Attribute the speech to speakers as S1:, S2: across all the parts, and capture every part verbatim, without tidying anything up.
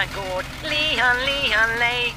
S1: gård, lihan, lihan, lej.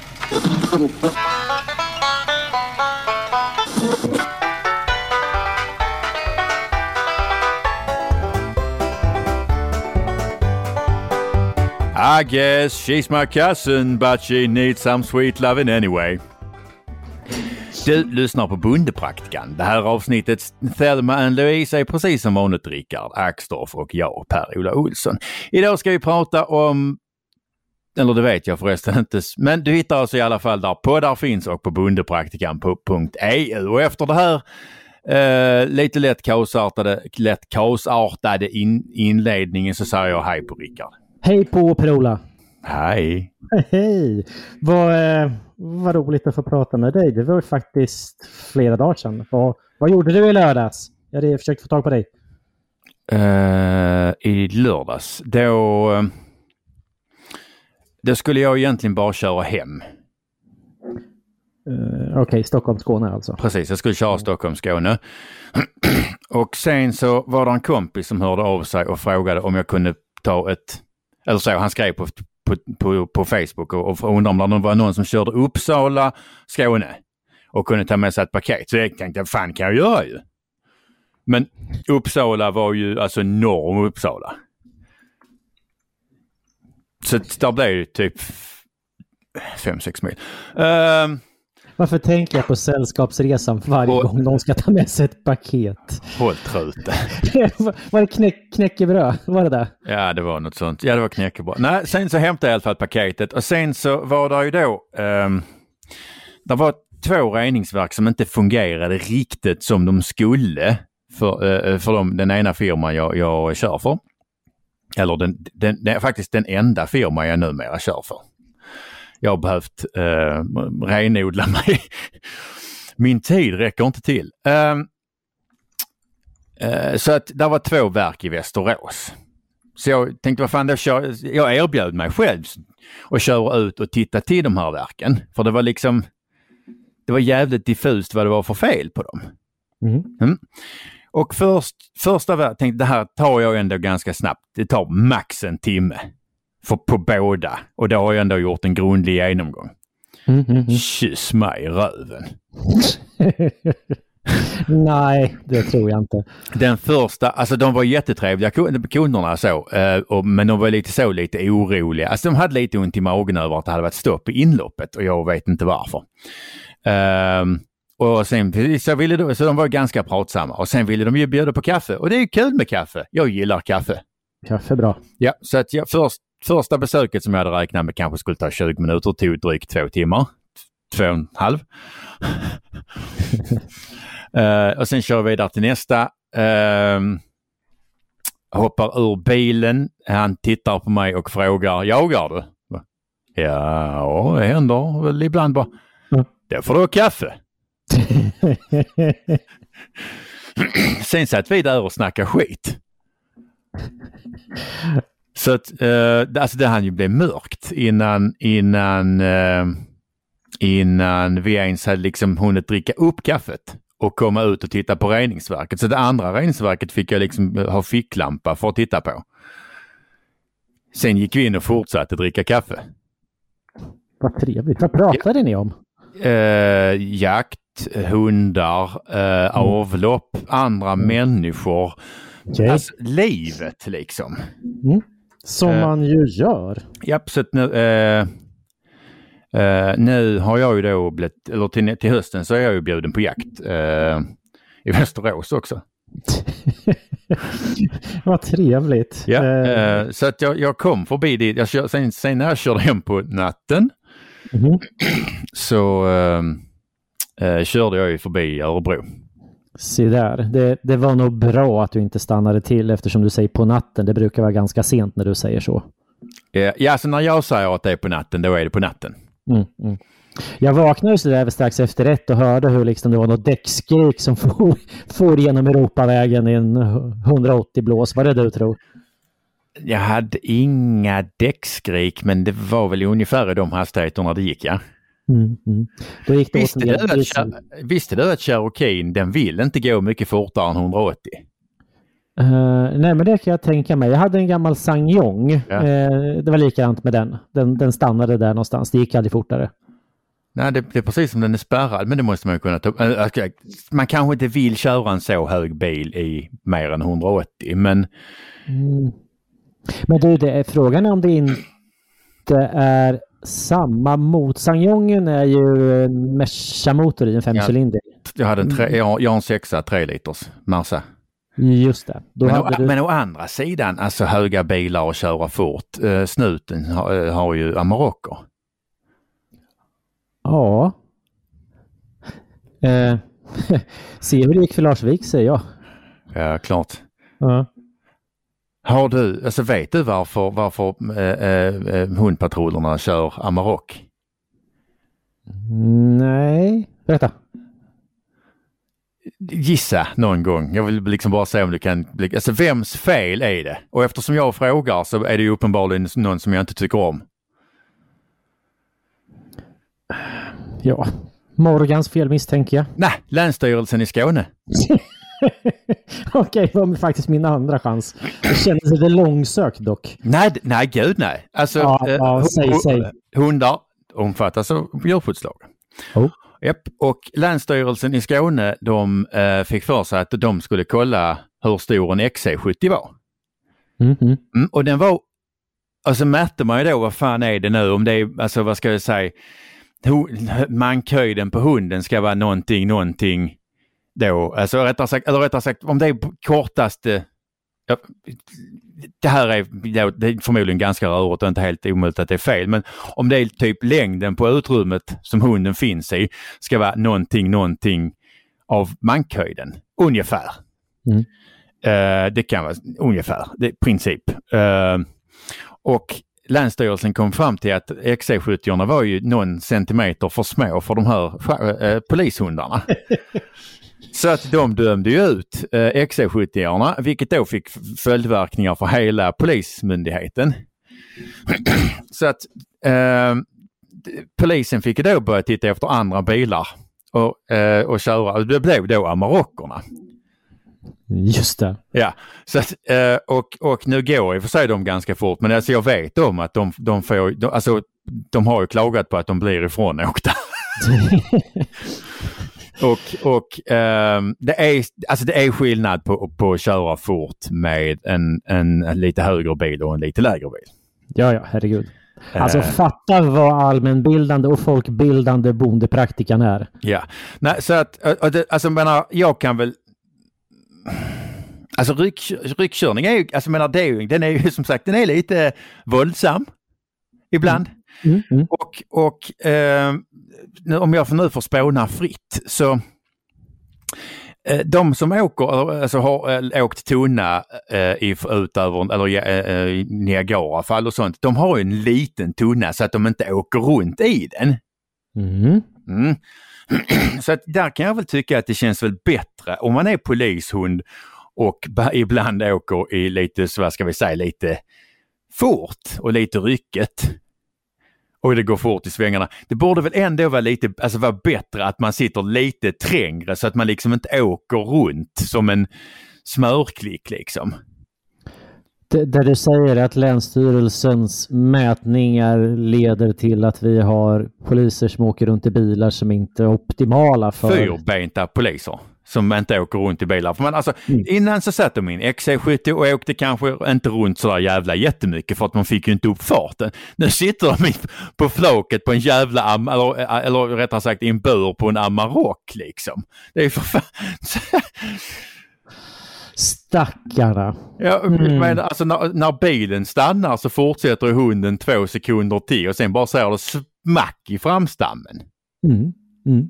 S2: I guess she's my cousin, but she needs some sweet loving anyway. Du lyssnar på Bondepraktikan. Det här avsnittet Thelma and Louise är precis som vanligt Rickard Axdorff och jag, Per-Ola Olsson. Idag ska vi prata om, eller det vet jag förresten inte, men du hittar oss i alla fall där poddar finns och på bondepraktikan punkt e u. Och efter det här eh, lite lätt kaosartade, lätt kaosartade in, inledningen så säger jag hej på Rickard.
S3: Hej på Per-Ola.
S2: Hej.
S3: Hej. Vad, eh, vad roligt att få prata med dig. Det var faktiskt flera dagar sedan. Vad, vad gjorde du i lördags? Jag hade försökt få tag på dig.
S2: Uh, I lördags. Då, uh, då skulle jag egentligen bara köra hem.
S3: Uh, Okej, okay, Stockholm, Skåne alltså.
S2: Precis, jag skulle köra Stockholm, Skåne. Och sen så var det en kompis som hörde av sig och frågade om jag kunde ta ett... Eller så, han skrev på, på, på, på Facebook och, och undrade om det var någon som körde Uppsala, Skåne och kunde ta med sig ett paket. Så jag tänkte, fan kan jag göra ju? Men Uppsala var ju alltså norr om Uppsala. Så där blev det typ fem sex mil. Uh,
S3: Varför tänker jag på sällskapsresan varje och, gång någon ska ta med sig ett paket?
S2: Håll truten.
S3: Var det knäck, knäckebröd? Var det där?
S2: Ja, det var något sånt. Ja, det var knäckebröd. Nej, sen så hämtade jag i alla fall paketet. Och sen så var det ju då... Um, det var två reningsverk som inte fungerade riktigt som de skulle för, uh, för dem, den ena firman jag, jag kör för. Eller den, den, den, faktiskt den enda firma jag numera kör för. Jag har behövt uh, renodla mig. Min tid räcker inte till. Uh, uh, så att det var två verk i Västerås. Så jag tänkte, vad fan, jag, kör, jag erbjöd mig själv att köra ut och titta till de här verken. För det var liksom, det var jävligt diffust vad det var för fel på dem.
S3: Mm.
S2: Mm. Och först, första verk, tänkte det här tar jag ändå ganska snabbt. Det tar max en timme. För på båda. Och då har jag ändå gjort en grundlig genomgång.
S3: Mm, mm, mm.
S2: Kyss mig i röven.
S3: Nej, det tror jag inte.
S2: Den första, alltså de var jättetrevliga kunderna så. Och, men de var lite så lite oroliga. Alltså de hade lite ont i magen över att det hade varit stopp i inloppet. Och jag vet inte varför. Um, och sen så ville de, så de var ganska pratsamma. Och sen ville de ju bjuda på kaffe. Och det är ju kul med kaffe. Jag gillar kaffe.
S3: Kaffe är bra.
S2: Ja, så att jag först Första besöket som jag hade räknat med kanske skulle ta tjugo minuter tog drygt två timmar. Två och en halv. uh, och sen kör vi vidare till nästa. Uh, hoppar ur bilen. Han tittar på mig och frågar, jagar du? Ja, det händer väl ibland bara. Mm. Då får du ha kaffe. Sen satt vi där och snackade skit. Så att, eh, alltså det hann ju bli mörkt innan, innan, eh, innan vi ens hade liksom hunnit dricka upp kaffet och komma ut och titta på reningsverket. Så det andra reningsverket fick jag liksom ha ficklampa för att titta på. Sen gick vi in och fortsatte dricka kaffe.
S3: Vad trevligt. Vad pratade ja. ni om?
S2: Eh, jakt, hundar, eh, mm. avlopp, andra mm. människor. Okay. Alltså livet liksom.
S3: Mm. Som uh, man ju gör.
S2: Japp, så att nu, uh, uh, nu har jag ju då blivit, eller till, till hösten så är jag ju bjuden på jakt uh, i Västerås också.
S3: Vad trevligt.
S2: Ja, uh, så att jag, jag kom förbi dit. Jag kör, sen, sen när jag körde hem på natten mm. så uh, uh, körde jag ju förbi Örebro.
S3: Se där. Det, det var nog bra att du inte stannade till eftersom du säger på natten. Det brukar vara ganska sent när du säger så.
S2: Ja, ja så när jag säger att det är på natten, då är det på natten.
S3: Mm, mm. Jag vaknade så där strax efter ett och hörde hur liksom det var något däckskrik som for, for genom Europavägen i en hundraåttio blås. Vad är det du tror?
S2: Jag hade inga däckskrik, men det var väl ungefär i de hastigheterna det gick, ja.
S3: Mm, mm. Då gick det
S2: visste, du att, visste du att Cherokee, den vill inte gå mycket fortare än hundraåttio?
S3: Uh, nej, men det kan jag tänka mig. Jag hade en gammal Sangyong. Ja. Uh, det var likadant med den. den. Den stannade där någonstans. Det gick aldrig fortare.
S2: Nej, det, det är precis som den är spärrad, men det måste man ju kunna ta. Man kanske inte vill köra en så hög bil i mer än hundraåttio, men...
S3: Mm. Men du, det är, frågan är om det inte är samma mot. Sangyongen är ju en Merca-motor i en femcylinder.
S2: Ja, jag hade en tre, jag, jag har en sexa, tre liters Merca.
S3: Just det. Då
S2: men, å,
S3: du...
S2: men å andra sidan, alltså höga bilar och köra fort. Eh, snuten har, har ju Amarocco.
S3: Ja. Eh, se hur det gick för Lars Wik, säger jag.
S2: Ja, klart.
S3: Ja.
S2: Har du, alltså vet du varför, varför eh, eh, hundpatrullerna kör Amarok?
S3: Nej, berätta.
S2: Gissa någon gång. Jag vill liksom bara se om du kan... Alltså vems fel är det? Och eftersom jag frågar så är det ju uppenbarligen någon som jag inte tycker om.
S3: Ja, Morgans fel misstänker jag.
S2: Nej, Länsstyrelsen i Skåne.
S3: Okej, det var faktiskt min andra chans. Det kändes lite långsökt dock.
S2: Nej, nej gud nej. Alltså,
S3: ja, ja,
S2: eh,
S3: säg, säg.
S2: hundar omfattas av djurskyddslagen.
S3: Oh.
S2: Japp. Och Länsstyrelsen i Skåne, de eh, fick för sig att de skulle kolla hur stor en X C sjuttio var.
S3: Mm-hmm.
S2: Mm, och den var, alltså mätte man ju då, vad fan är det nu, om det är, alltså vad ska jag säga, mankhöjden på hunden ska vara någonting, någonting då, alltså rättare sagt, eller rättare sagt, om det är kortaste, ja, det här är, det är förmodligen ganska rörigt och inte helt omöjligt att det är fel, men om det är typ längden på utrymmet som hunden finns i ska vara någonting, någonting av mankhöjden, ungefär.
S3: Mm.
S2: Uh, det kan vara ungefär, det är princip. Uh, och Länsstyrelsen kom fram till att X C sjuttio var ju någon centimeter för små för de här uh, polishundarna. Så att de dömde ju ut uh, X C sjuttio, vilket då fick följdverkningar för hela polismyndigheten. Så att uh, polisen fick då börja titta efter andra bilar och, uh, och köra. Det blev då Amarockorna.
S3: Just det.
S2: Ja, så att, och, och nu går i för sig de ganska fort, men alltså jag vet om att de, de får, de, alltså de har ju klagat på att de blir ifrån åkta. och och ähm, det är alltså det är skillnad på, på att köra fort med en, en lite högre bil och en lite lägre bil.
S3: Ja, ja, herregud. Alltså fatta vad allmänbildande och folkbildande bondepraktikan är.
S2: Ja, nej, så att alltså menar, jag kan väl alltså ryck, ryckkörning är ju, alltså menar det är ju, den är ju som sagt, den är lite våldsam ibland.
S3: Mm, mm.
S2: Och, och eh, om jag nu får spåna fritt så eh, de som åker, alltså har äh, åkt tunna äh, ut över, eller äh, Niagarafall och sånt, de har ju en liten tunna så att de inte åker runt i den.
S3: Mm.
S2: Mm. Så att där kan jag väl tycka att det känns väl bättre om man är polishund och b- ibland åker i lite, så vad ska vi säga, lite fort och lite rycket. Och det går fort i svängarna. Det borde väl ändå vara lite, alltså vara bättre att man sitter lite trängre så att man liksom inte åker runt som en smörklick liksom.
S3: Det, där du säger att Länsstyrelsens mätningar leder till att vi har poliser som åker runt i bilar som inte är optimala för...
S2: Fyrbenta poliser som inte åker runt i bilar. För man, alltså, mm. Innan så satt de in X C sjuttio och åkte kanske inte runt så där jävla jättemycket för att man fick ju inte upp farten. Nu sitter de på flaket på en jävla, am- eller, eller rättare sagt i en bur på en Amarok liksom. Det är för fan...
S3: Stackarna.
S2: Ja, mm. Men alltså när, när bilen stannar så fortsätter hunden två sekunder till och sen bara säger det smack i framstammen.
S3: Mm. Mm.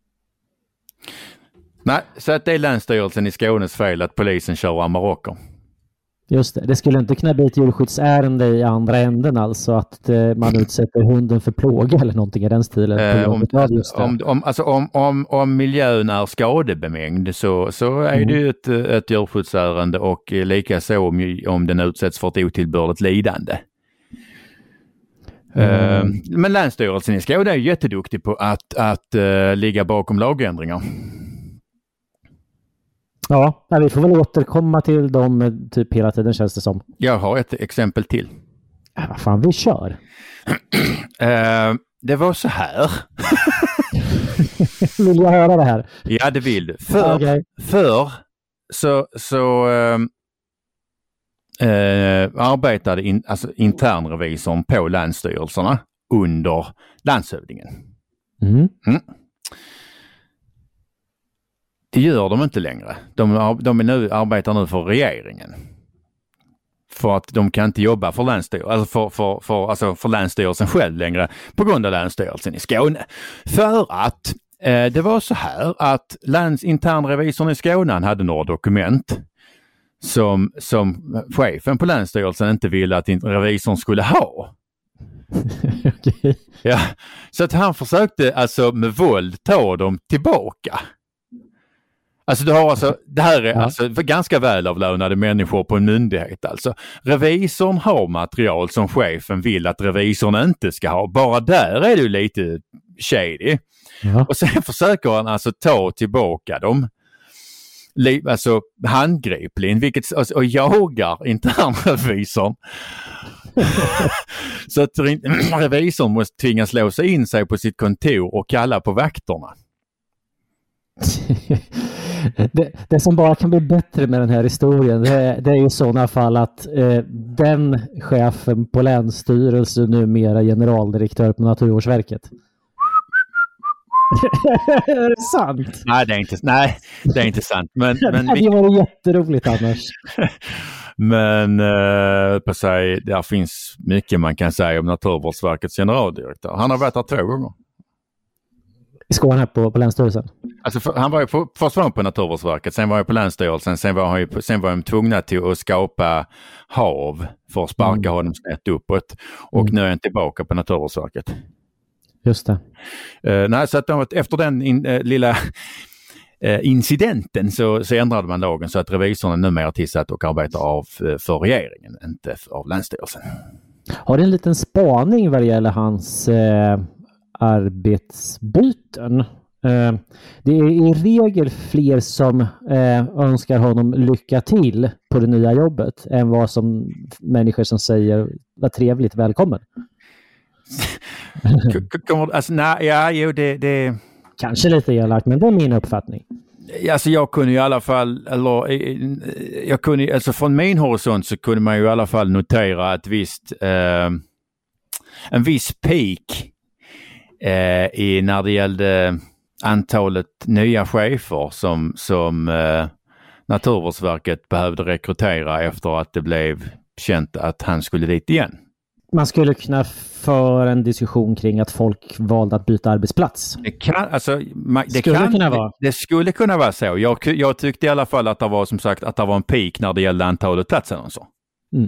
S2: Nej, så att det är Länsstyrelsen i Skånes fel att polisen kör Amarocko.
S3: Just det, det skulle inte kunna bli ett djurskyddsärende i andra änden, alltså att eh, man utsätter hunden för plåga eller någonting i den stilen.
S2: Eh, om, om, om, alltså om, om, om miljön är skadebemängd så, så är mm. det ju ett, ett djurskyddsärende och lika så om, om den utsätts för ett otillbörligt lidande. Mm. Eh, men Länsstyrelsen i Skåne är jätteduktig på att, att uh, ligga bakom lagändringar.
S3: Ja, vi får väl återkomma till dem typ hela tiden, känns det som.
S2: Jag har ett exempel till.
S3: Ja, vad fan, vi kör.
S2: uh, det var så här.
S3: Vill jag höra det här?
S2: Ja, det vill du. För,
S3: okay.
S2: för så, så uh, uh, arbetade in, alltså internrevisorn på länsstyrelserna under landshövdingen.
S3: Mm.
S2: Mm. Det gör de inte längre. De, de är nu, arbetar nu för regeringen. För att de kan inte jobba för länsstyrelsen, alltså för, för, för, alltså för länsstyrelsen själv längre på grund av länsstyrelsen i Skåne. För att eh, det var så här att läns, internrevisorn i Skåne hade några dokument som, som chefen på länsstyrelsen inte ville att revisorn skulle ha.
S3: Okay.
S2: Ja, så att han försökte alltså med våld ta dem tillbaka. Alltså du har alltså, det här är
S3: ja.
S2: alltså för ganska välavlönade människor på en myndighet alltså. Revisorn har material som chefen vill att revisorn inte ska ha. Bara där är det ju lite shady.
S3: Ja.
S2: Och sen försöker han alltså ta tillbaka dem. Alltså handgripligen, vilket alltså, och jagar internrevisorn. Så att revisorn måste tvingas låsa in sig på sitt kontor och kalla på vakterna.
S3: Det, det som bara kan bli bättre med den här historien, det, det är ju i sådana fall att eh, den chefen på länsstyrelsen numera generaldirektör på Naturvårdsverket. Är det sant?
S2: Nej, det är inte, nej, det är inte sant. Men, men
S3: det
S2: vi...
S3: var jätteroligt annars.
S2: Men eh, på sig, där finns mycket man kan säga om Naturvårdsverkets generaldirektör. Han har varit där två gånger.
S3: I Skåne på, på länsstyrelsen?
S2: Alltså för, han var ju på, först var han på Naturvårdsverket, sen var han på länsstyrelsen, sen var han ju, sen var de tvungna till att skapa hav för att sparka mm. honom snett uppåt. Och mm. nu är han tillbaka på Naturvårdsverket.
S3: Just det.
S2: Uh, nej, så att de, efter den in, uh, lilla uh, incidenten så, så ändrade man lagen så att revisorn är numera tillsatt och arbetar av uh, för regeringen, inte för, av länsstyrelsen.
S3: Har du en liten spaning vad det gäller hans eh, arbetsbyten? Eh, det är i regel fler som eh, önskar honom lycka till på det nya jobbet än vad som människor som säger vad trevligt, välkommen.
S2: alltså, nej, ja, jo, det, det...
S3: Kanske lite elakt, men det är min uppfattning.
S2: Alltså jag kunde i alla fall, eller jag kunde, alltså från min horisont så kunde man ju i alla fall notera ett visst, eh, en viss peak eh, i när det gällde antalet nya chefer som, som eh, Naturvårdsverket behövde rekrytera efter att det blev känt att han skulle dit igen.
S3: Man skulle kunna föra en diskussion kring att folk valde att byta arbetsplats.
S2: Det kan, alltså, det
S3: skulle
S2: kan,
S3: kunna vara.
S2: Det, det skulle kunna vara så. Jag, jag tyckte i alla fall att det var som sagt att det var en peak när det gällde antalet platser och så.
S3: Mm.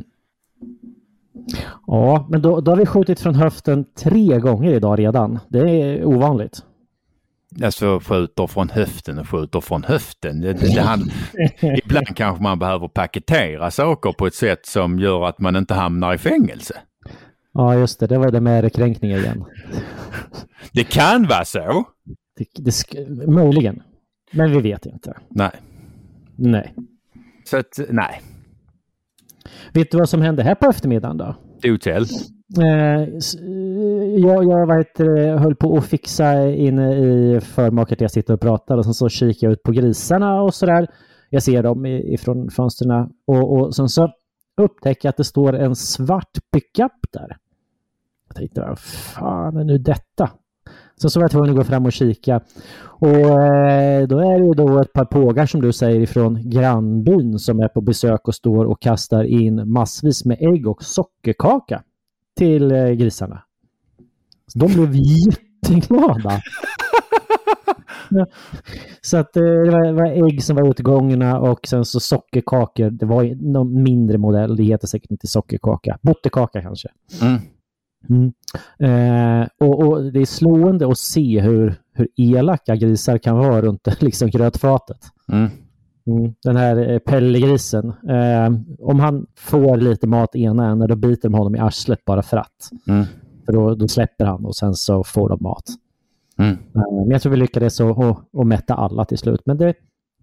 S3: Ja, men då, då har vi skjutit från höften tre gånger idag redan. Det är ovanligt.
S2: Alltså skjuter från höften och skjuter från höften. Det, det, det han, ibland kanske man behöver paketera saker på ett sätt som gör att man inte hamnar i fängelse.
S3: Ja, just det. Det var det med kränkning igen.
S2: Det kan vara så.
S3: Det, det sk- möjligen. Men vi vet inte.
S2: Nej.
S3: Nej.
S2: Så att, nej.
S3: Vet du vad som hände här på eftermiddagen då?
S2: Hotell.
S3: Eh, jag jag vet, höll på att fixa inne i förmaket jag sitter och pratar och sen så kikar jag ut på grisarna och sådär. Jag ser dem ifrån fönsterna och, och sen så upptäcker jag att det står en svart pickup där. Jag tänkte, vad fan är nu detta? Sen så var jag tvungen att gå fram och kika. Och eh, då är det då ett par pågar som du säger ifrån grannbyn som är på besök och står och kastar in massvis med ägg och sockerkaka till eh, grisarna. Så de blev jätteglada. Ja. Så att eh, det var, var ägg som var utgångna och sen så sockerkakor. Det var någon mindre modell. Det heter säkert inte sockerkaka. Butterkaka kanske.
S2: Mm.
S3: Mm. Eh, och, och det är slående att se hur, hur elaka grisar kan vara runt liksom grötfatet.
S2: Mm.
S3: Mm. Den här eh, pellegrisen. Eh, om han får lite mat ena änden då biter de honom i arslet bara för att.
S2: Mm.
S3: För då, då släpper han och sen så får de mat.
S2: Mm.
S3: Men jag tror vi lyckades att, att, att mätta alla till slut. Men det,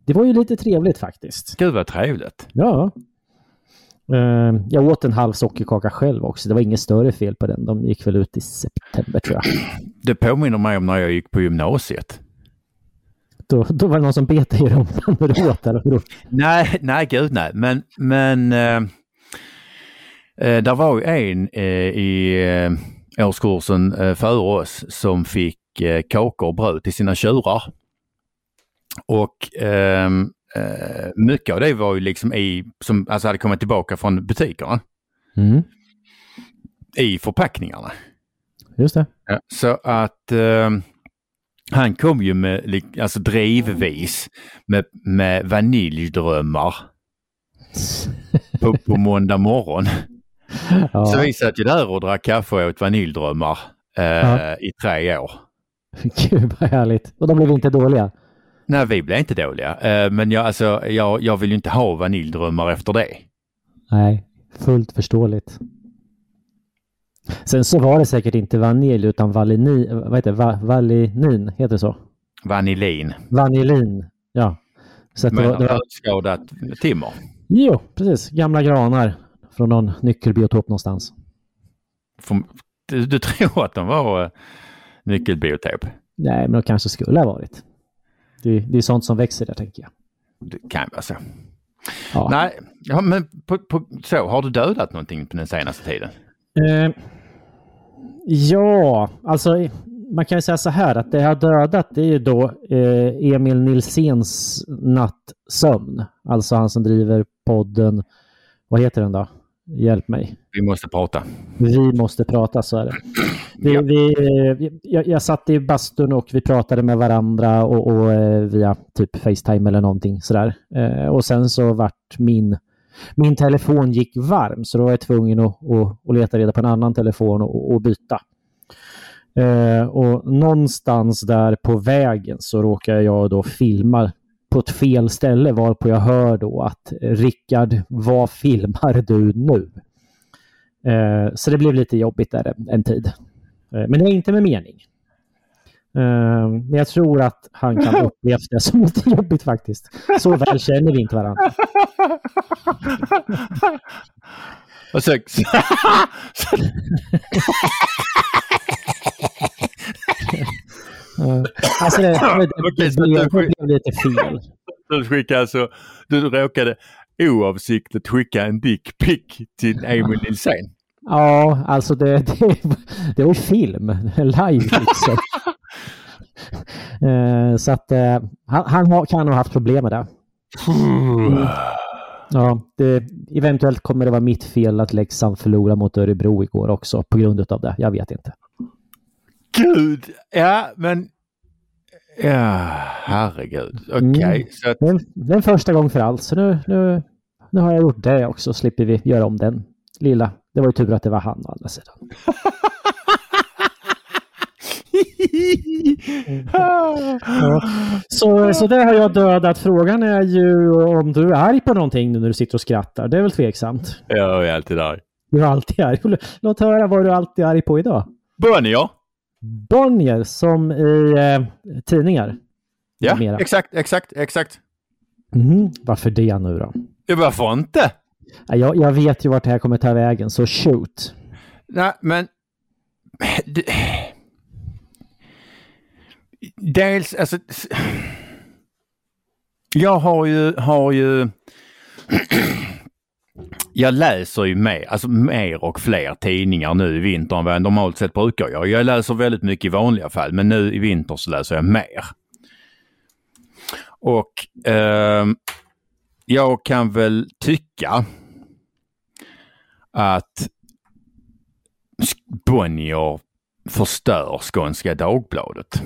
S3: det var ju lite trevligt faktiskt.
S2: Gud vad trevligt.
S3: Ja. Uh, jag åt en halv sockerkaka själv också. Det var inget större fel på den. De gick väl ut i september tror jag.
S2: Det påminner mig om när jag gick på gymnasiet.
S3: Då, då var det någon som bet dig i rumpan när du åt eller?
S2: Nej, nej gud nej. Men, men uh, uh, där var ju en uh, i uh, årskursen uh, före oss som fick uh, kakor och bröd till sina tjurar. Och uh, uh, mycket av det var ju liksom i, som alltså hade kommit tillbaka från butikerna.
S3: Mm.
S2: I förpackningarna.
S3: Just det.
S2: Ja, så att uh, han kom ju med alltså drivvis med, med vaniljdrömmar på, på måndag morgon. Ja. Så vi satt ju där och drack kaffe och åt vaniljdrömmar uh, ja. i tre år.
S3: Gud vad härligt. Och de blev inte dåliga?
S2: Nej, vi blev inte dåliga. Uh, men jag, alltså, jag, jag vill ju inte ha vaniljdrömmar efter det.
S3: Nej, fullt förståeligt. Sen så var det säkert inte vanilj utan valini, vad heter det? Va, valinin, heter det så?
S2: Vanillin.
S3: Vanillin, ja. Så att
S2: men
S3: det var, det var...
S2: skadat timmer.
S3: Jo, precis. Gamla granar från någon nyckelbiotop någonstans.
S2: Du, du tror att de var uh, nyckelbiotop?
S3: Nej, men de kanske skulle ha varit. Det, det är sånt som växer där, tänker jag.
S2: Det kan vara så.
S3: Ja.
S2: Nej, ja, men på, på, så, har du dödat någonting på den senaste tiden?
S3: Eh, ja, alltså man kan ju säga så här att det jag har dödat det är ju då eh, Emil Nilsens nattsömn. Alltså han som driver podden. Vad heter den då? Hjälp mig.
S2: Vi måste prata.
S3: Vi måste prata, så är det. Vi,
S2: ja.
S3: vi, jag, jag satt i bastun och vi pratade med varandra och, och via typ FaceTime eller någonting sådär. Eh, och sen så vart min Min telefon gick varm så då var jag tvungen att, att, att leta reda på en annan telefon och, och byta. Eh, och någonstans där på vägen så råkar jag då filma på ett fel ställe varpå jag hör då att Rickard, vad filmar du nu? Eh, så det blev lite jobbigt där en, en tid. Eh, men det är inte med mening. Uh, men jag tror att han kan uppleva det som lite jobbigt faktiskt. Så väl känner vi inte varandra.
S2: Och så...
S3: uh, alltså det, det, det, det, blev, det blev lite fel.
S2: Du skickade alltså, du råkade oavsiktligt skicka en dickpic till Emil Nilsen.
S3: Ja, alltså det, det, det var film, live liksom. uh, så att uh, han, han har, kan ha haft problem med det. Mm. Ja, det, eventuellt kommer det vara mitt fel att Leksand förlora mot Örebro igår också på grund av det. Jag vet inte.
S2: Gud, ja, men ja, herregud. Okej. Okay,
S3: mm. så att... det, är, det är en första gång för allt. Så nu, nu, nu har jag gjort det också. Slipper vi göra om den lilla. Det var ju tur att det var han å andra sidan. ja. så, så där har jag dödat. Frågan är ju om du är arg på någonting nu när du sitter och skrattar. Det är väl tveksamt.
S2: Ja, jag är alltid arg.
S3: Du är alltid arg. Låt höra vad du alltid är arg på idag.
S2: Bonnier.
S3: Bonnier som i eh, tidningar.
S2: Ja, mera. exakt, exakt, exakt.
S3: Mm, varför det nu då?
S2: Ja, varför inte?
S3: Jag, jag vet ju vart det här kommer ta vägen, så shoot.
S2: Nej, men... Det... Dels, alltså... Jag har ju... Har ju... Jag läser ju mer, alltså mer och fler tidningar nu i vinter än vad jag normalt sett brukar jag. Jag läser väldigt mycket i vanliga fall, men nu i vinter så läser jag mer. Och eh, jag kan väl tycka att Bonnier förstör Skånska Dagbladet.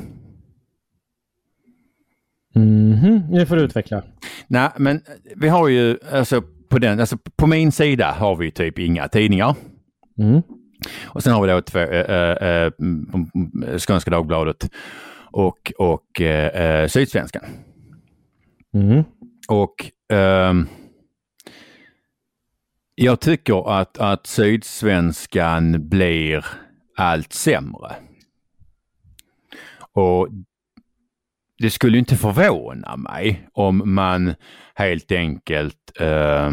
S3: Mhm, nu får du utveckla.
S2: Nej, men vi har ju alltså på den, alltså på min sida har vi typ inga tidningar.
S3: Mm.
S2: Och sen har vi då två, äh, äh, Skånska Dagbladet och och äh, Sydsvenskan.
S3: Mm.
S2: Och äh, jag tycker att att Sydsvenskan blir allt sämre. Och det skulle inte förvåna mig om man helt enkelt eh,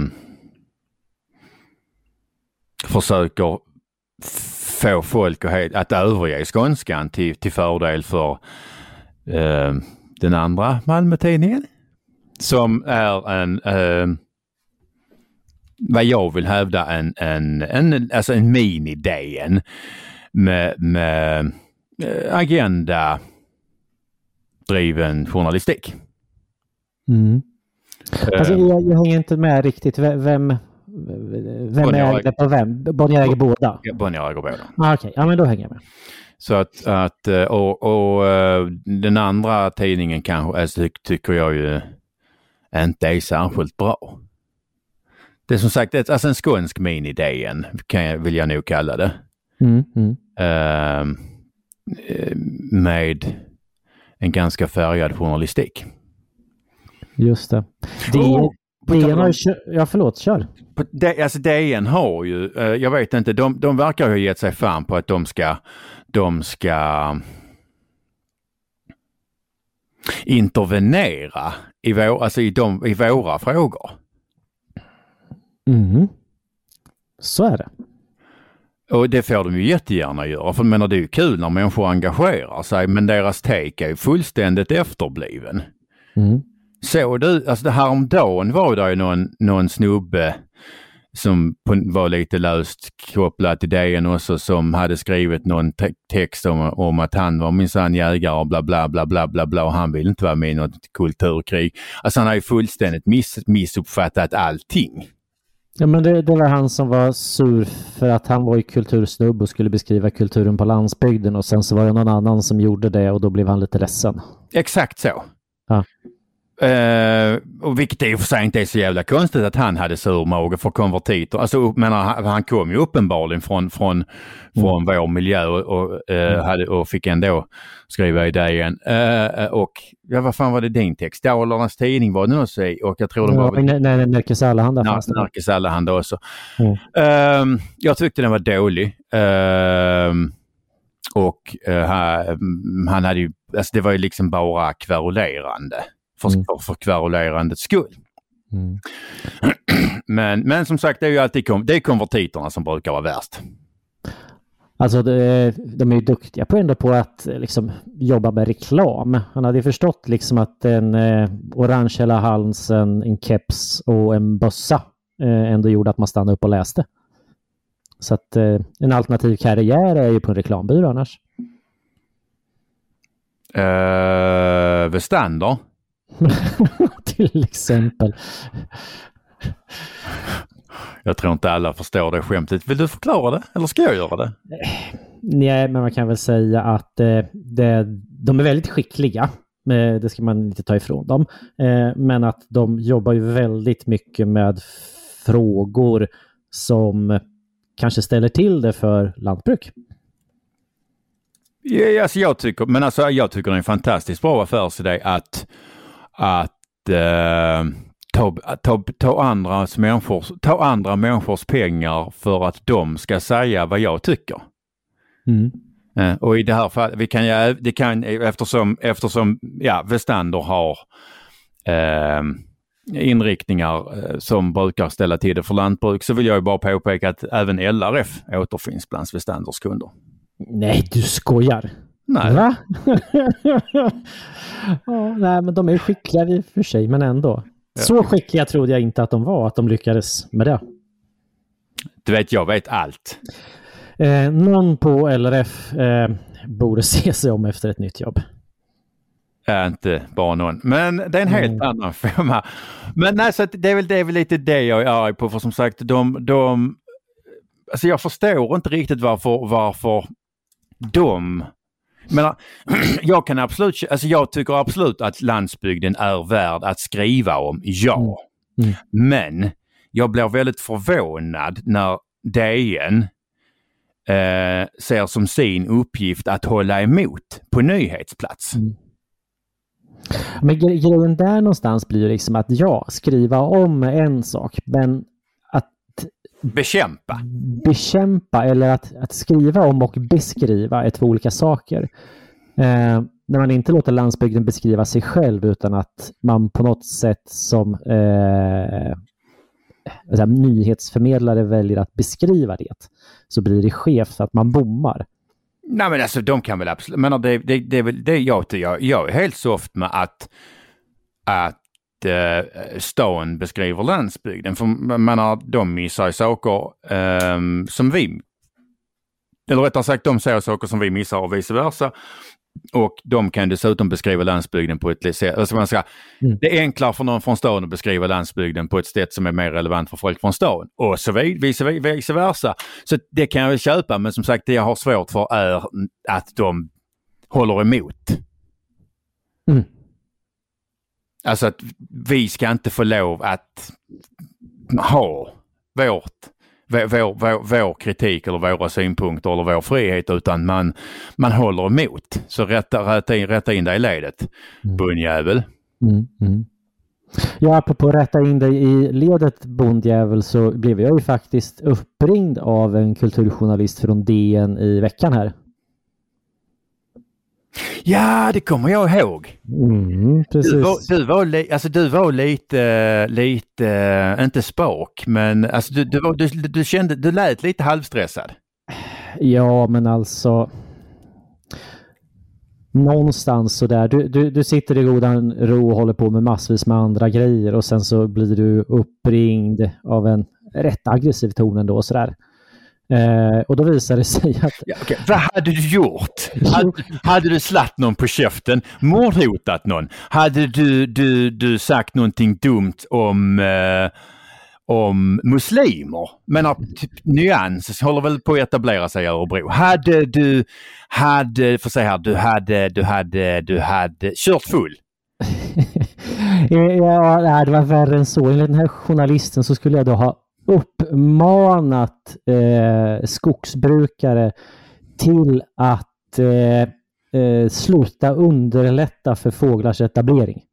S2: försöker få folk att, att överge skånskan till, till fördel för eh, den andra Malmötidningen. Som är en, eh, vad jag vill hävda, en, en, en, alltså en mini-D N med, med agenda driven journalistik.
S3: Mm. Alltså, jag, jag hänger inte med riktigt. Vem, vem
S2: Bonnier
S3: äger på vem? Bonnier äger båda?
S2: Ja, Bonnier äger båda.
S3: Ah, Okej, okay. Ja men då hänger jag med.
S2: Så att, att och, och den andra tidningen kanske, alltså, tycker jag ju inte är särskilt bra. Det är som sagt ett, alltså en skånsk mini-D N kan jag, vill jag nog kalla det.
S3: Mm, mm.
S2: Uh, med en ganska färgad journalistik.
S3: Just det. det,
S2: oh,
S3: det D N har ju, ja förlåt, kör.
S2: Det, alltså D N har ju, uh, jag vet inte, de, de verkar ju ha gett sig fan på att de ska de ska intervenera i, vår, alltså i, de, i våra frågor.
S3: Mm. Så är det.
S2: Och det får de ju jättegärna göra, för menar, det är ju kul när människor engagerar sig, men deras take är ju fullständigt efterbliven.
S3: Mm.
S2: Så du, alltså det här om dagen var det ju någon, någon snubbe som var lite löst kopplad till D N också, som hade skrivit någon te- text om, om att han var minsann jägare och bla bla bla bla bla bla och han vill inte vara med i något kulturkrig. Alltså han har ju fullständigt miss, missuppfattat allting.
S3: Ja men det, det var han som var sur för att han var ju kultursnubb och skulle beskriva kulturen på landsbygden, och sen så var det någon annan som gjorde det och då blev han lite ledsen.
S2: Exakt så.
S3: Ja.
S2: Uh, och vilket i och för sig inte är så jävla konstigt att han hade sur mage för konvertiter. Alltså, men han, han kom ju uppenbarligen från, från, mm. från vår miljö och, och, uh, mm. hade, och fick ändå skriva i det igen. Uh, och ja, vad fan var det din text? Dalarnas tidning var det något sig, och jag tror det var...
S3: Ja, nej, nej, Närkes Allehanda fanns det.
S2: Närkes Allehanda också.
S3: Mm.
S2: Uh, jag tyckte den var dålig. Uh, och uh, han, han hade ju... Alltså det var ju liksom bara kverulerande. För, mm. för kverulerandets skull. Mm. men, men som sagt, det är ju alltid kom, det är konvertiterna som brukar vara värst.
S3: Alltså det, de är ju duktiga på ändå på att liksom jobba med reklam. Han hade ju förstått liksom att en eh, orange hela halsen, en keps och en bössa eh, ändå gjorde att man stannade upp och läste. Så att eh, en alternativ karriär är ju på en reklambyrå annars.
S2: Uh, Westander?
S3: Till exempel.
S2: Jag tror inte alla förstår det skämtet. Vill du förklara det? Eller ska jag göra det?
S3: Nej, men man kan väl säga att eh, det, de är väldigt skickliga. Eh, det ska man inte ta ifrån dem. Eh, men att de jobbar ju väldigt mycket med frågor som kanske ställer till det för lantbruk.
S2: Ja, alltså jag tycker, men alltså jag tycker det är en fantastiskt bra affärsidé att att eh, ta, ta, ta, andra människors, ta andra människors pengar för att de ska säga vad jag tycker.
S3: Mm.
S2: Eh, och i det här fallet, vi kan ju, det kan, eftersom, eftersom ja, Westander har eh, inriktningar eh, som brukar ställa till det för lantbruk, så vill jag ju bara påpeka att även L R F återfinns bland Westanders kunder.
S3: Nej, du skojar.
S2: Nej.
S3: Va? Ja, nej, men de är skickliga i och för sig, men ändå. Ja. Så skickliga trodde jag inte att de var, att de lyckades med det.
S2: Du vet, jag vet allt.
S3: Eh, någon på L R F eh, borde se sig om efter ett nytt jobb.
S2: Äh, inte bara någon. Men det är en helt mm. annan firma. Men nej, så det är väl, det är väl lite det jag är arg på. För som sagt, de... de alltså jag förstår inte riktigt varför, varför de... Men jag kan absolut, alltså jag tycker absolut att landsbygden är värd att skriva om, ja. Mm. Mm. Men jag blir väldigt förvånad när D N eh, ser som sin uppgift att hålla emot på nyhetsplats. Mm.
S3: Men grejen där någonstans blir liksom att ja, skriva om en sak, men att
S2: bekämpa.
S3: Bekämpa eller att, att skriva om och beskriva är två olika saker. Eh, när man inte låter landsbygden beskriva sig själv utan att man på något sätt som eh, alltså, nyhetsförmedlare väljer att beskriva det, så blir det skevt att man bommar.
S2: Nej, men alltså de kan väl absolut, men det, det, det är väl det jag, jag, jag är helt soft med att att uh, stan beskriver landsbygden, för man menar, de missar saker um, som vi, eller rättare sagt de säger saker som vi missar och vice versa, och de kan dessutom beskriva landsbygden på ett sätt, alltså man ska, mm. det är enklare för någon från stan att beskriva landsbygden på ett sätt som är mer relevant för folk från stan, och så vice, vice versa. Så det kan jag väl köpa, men som sagt det jag har svårt för är att de håller emot.
S3: Mm.
S2: Alltså att vi ska inte få lov att ha vårt Vår, vår, vår kritik eller våra synpunkter eller vår frihet, utan man, man håller emot. Så rätta, rätta, in, rätta in dig i ledet, mm. bondjävel.
S3: Mm, mm. Ja, apropå rätta in dig i ledet, bondjävel, så blev jag ju faktiskt uppringd av en kulturjournalist från D N i veckan här.
S2: Ja, det kommer jag ihåg.
S3: Mm, precis.
S2: Du var, du var, li, alltså, du var lite, lite, inte spak, men alltså, du, du, var, du, du kände, du lät lite halvstressad.
S3: Ja, men alltså någonstans så där. Du, du, du sitter i godan ro och håller på med massvis med andra grejer, och sen så blir du uppringd av en rätt aggressiv ton ändå och sådär. Eh, och då visar det sig att...
S2: Ja, okay. Vad hade du gjort? Hade, hade du slatt någon på käften? Mordhotat någon? Hade du, du, du sagt någonting dumt om, eh, om muslimer? Men typ, nyans håller väl på att etablera sig i Örebro. Hade du, hade, för sig här, du hade, du hade, du hade kört full?
S3: Ja, det var värre än så. Enligt den här journalisten så skulle jag då ha uppmanat eh, skogsbrukare till att eh, eh, sluta underlätta för fåglars etablering.